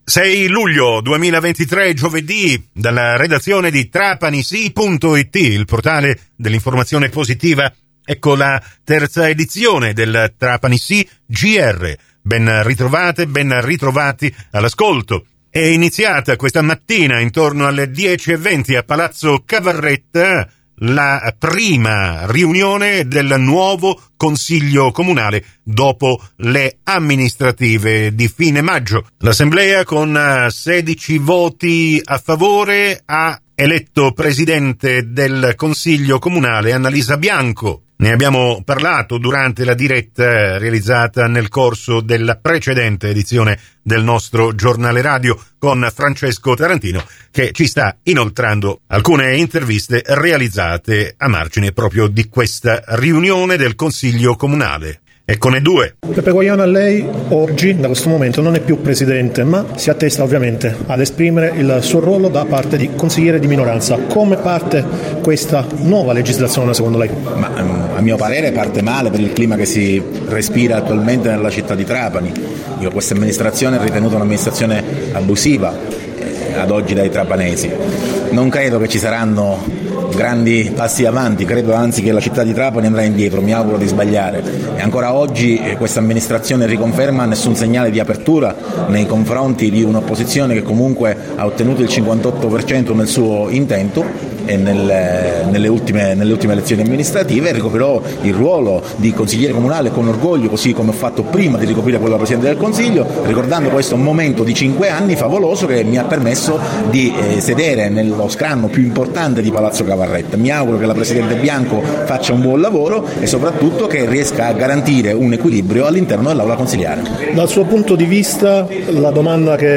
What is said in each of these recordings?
6 luglio 2023, giovedì, dalla redazione di trapanisi.it, il portale dell'informazione positiva. Ecco la terza edizione del Trapanisi GR. Ben ritrovate, ben ritrovati all'ascolto. È iniziata questa mattina intorno alle 10:20 a Palazzo Cavarretta la prima riunione del nuovo Consiglio Comunale dopo le amministrative di fine maggio. L'Assemblea con 16 voti a favore ha eletto presidente del Consiglio Comunale Annalisa Bianco. Ne abbiamo parlato durante la diretta realizzata nel corso della precedente edizione del nostro giornale radio con Francesco Tarantino, che ci sta inoltrando alcune interviste realizzate a margine proprio di questa riunione del Consiglio Comunale. Eccone due. Peppe Guaiana, lei oggi, da questo momento, non è più presidente, ma si attesta ovviamente ad esprimere il suo ruolo da parte di consigliere di minoranza. Come parte questa nuova legislazione secondo lei? A mio parere parte male per il clima che si respira attualmente nella città di Trapani. Io questa amministrazione ho ritenuto un'amministrazione abusiva ad oggi dai trapanesi. Non credo che ci saranno grandi passi avanti, credo anzi che la città di Trapani andrà indietro, mi auguro di sbagliare. E ancora oggi questa amministrazione riconferma nessun segnale di apertura nei confronti di un'opposizione che comunque ha ottenuto il 58% nel suo intento e nelle ultime elezioni amministrative, e ricoprirò il ruolo di consigliere comunale con orgoglio, così come ho fatto prima di ricoprire quello da Presidente del Consiglio, ricordando questo momento di 5 anni favoloso che mi ha permesso di sedere nello scranno più importante di Palazzo Cavarretta. Mi auguro che la Presidente Bianco faccia un buon lavoro e soprattutto che riesca a garantire un equilibrio all'interno dell'aula consiliare. Dal suo punto di vista, la domanda che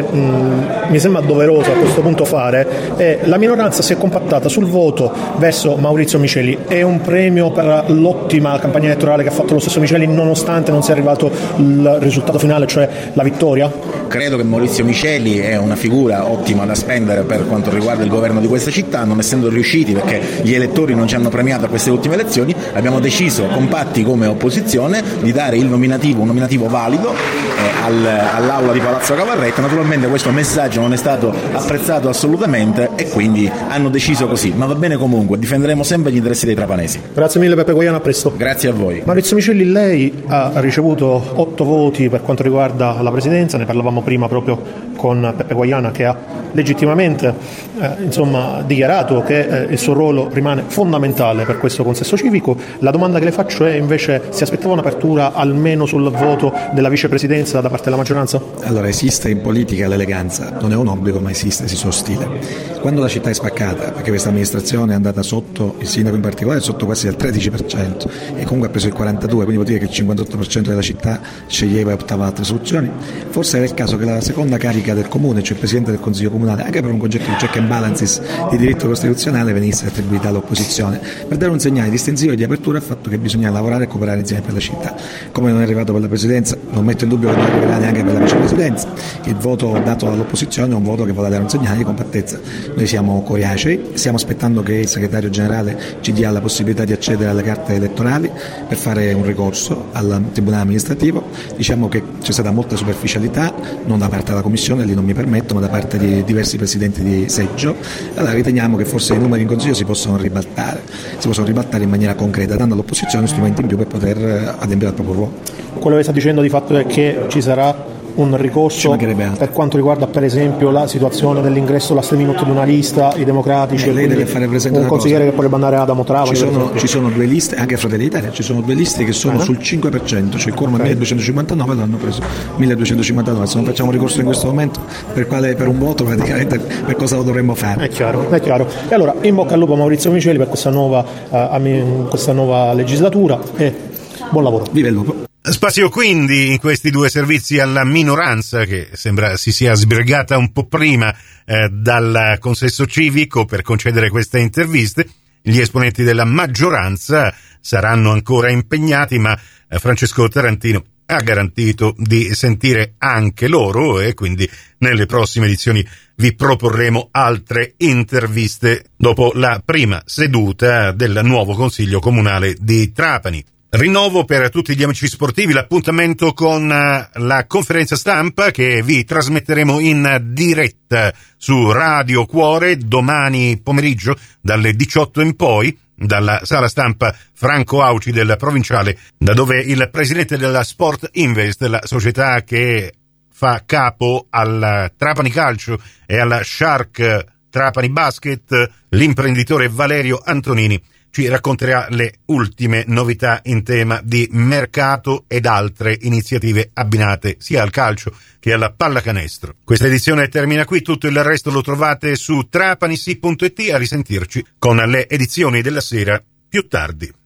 mi sembra doverosa a questo punto fare è: la minoranza si è compattata sul voto verso Maurizio Miceli. È un premio per l'ottima campagna elettorale che ha fatto lo stesso Miceli, nonostante non sia arrivato il risultato finale, cioè la vittoria? Credo che Maurizio Miceli è una figura ottima da spendere per quanto riguarda il governo di questa città. Non essendo riusciti, perché gli elettori non ci hanno premiato a queste ultime elezioni, abbiamo deciso, compatti come opposizione, di dare un nominativo valido all'aula di Palazzo Cavarretta. Naturalmente questo messaggio non è stato apprezzato assolutamente e quindi hanno deciso così, ma va bene comunque, difenderemo sempre gli interessi dei trapanesi. Grazie mille Peppe Guaiana, a presto. Grazie a voi. Maurizio Miceli, lei ha ricevuto 8 voti per quanto riguarda la presidenza, ne parlavamo prima proprio con Peppe Guaiana, che ha legittimamente dichiarato che il suo ruolo rimane fondamentale per questo consesso civico. La domanda che le faccio è invece: si aspettava un'apertura almeno sul voto della vicepresidenza da parte della maggioranza? Allora, esiste in politica l'eleganza, non è un obbligo ma esiste, si suo stile. Quando la città è spaccata, perché questa amministrazione è andata sotto, il sindaco in particolare, sotto quasi al 13% e comunque ha preso il 42%, quindi vuol dire che il 58% della città sceglieva e optava altre soluzioni, forse era il caso che la seconda carica del comune, cioè il Presidente del Consiglio Comunale, anche per un concetto di check and balances di diritto costituzionale, venisse attribuita all'opposizione, per dare un segnale distintivo e di apertura al fatto che bisogna lavorare e cooperare insieme per la città. Come non è arrivato per la Presidenza, non metto in dubbio che non arriverà neanche per la Vicepresidenza. Il voto dato dall'opposizione è un voto che vuole dare un segnale di compattezza. Noi siamo coriacei, stiamo aspettando che il segretario generale ci dia la possibilità di accedere alle carte elettorali per fare un ricorso al Tribunale amministrativo. Diciamo che c'è stata molta superficialità, non da parte della Commissione, lì non mi permetto, ma da parte di diversi presidenti di seggio. Allora riteniamo che forse i numeri in Consiglio si possono ribaltare in maniera concreta, dando all'opposizione strumenti in più per poter adempiere al proprio ruolo. Quello che sta dicendo di fatto è che ci sarà un ricorso per quanto riguarda per esempio la situazione dell'ingresso last minute di una lista, i democratici, lei deve fare presente un consigliere che potrebbe andare ad Trapani. Ci sono 2 liste, anche a Fratelli d'Italia, ci sono 2 liste che sono sul 5%, cioè il quorum è 1259, l'hanno preso 1259, se non facciamo ricorso in questo momento per un voto praticamente per cosa lo dovremmo fare? È chiaro. E allora in bocca al lupo a Maurizio Miceli per questa nuova legislatura e buon lavoro. Viva il lupo. Spazio quindi in questi 2 servizi alla minoranza, che sembra si sia sbrigata un po' prima dal consesso civico per concedere queste interviste. Gli esponenti della maggioranza saranno ancora impegnati, ma Francesco Tarantino ha garantito di sentire anche loro e quindi nelle prossime edizioni vi proporremo altre interviste dopo la prima seduta del nuovo Consiglio Comunale di Trapani. Rinnovo per tutti gli amici sportivi l'appuntamento con la conferenza stampa che vi trasmetteremo in diretta su Radio Cuore domani pomeriggio dalle 18 in poi, dalla sala stampa Franco Auci del Provinciale, da dove il presidente della Sport Invest, la società che fa capo al Trapani Calcio e alla Shark Trapani Basket, l'imprenditore Valerio Antonini, ci racconterà le ultime novità in tema di mercato ed altre iniziative abbinate sia al calcio che alla pallacanestro. Questa edizione termina qui, tutto il resto lo trovate su trapanisi.it. A risentirci con le edizioni della sera più tardi.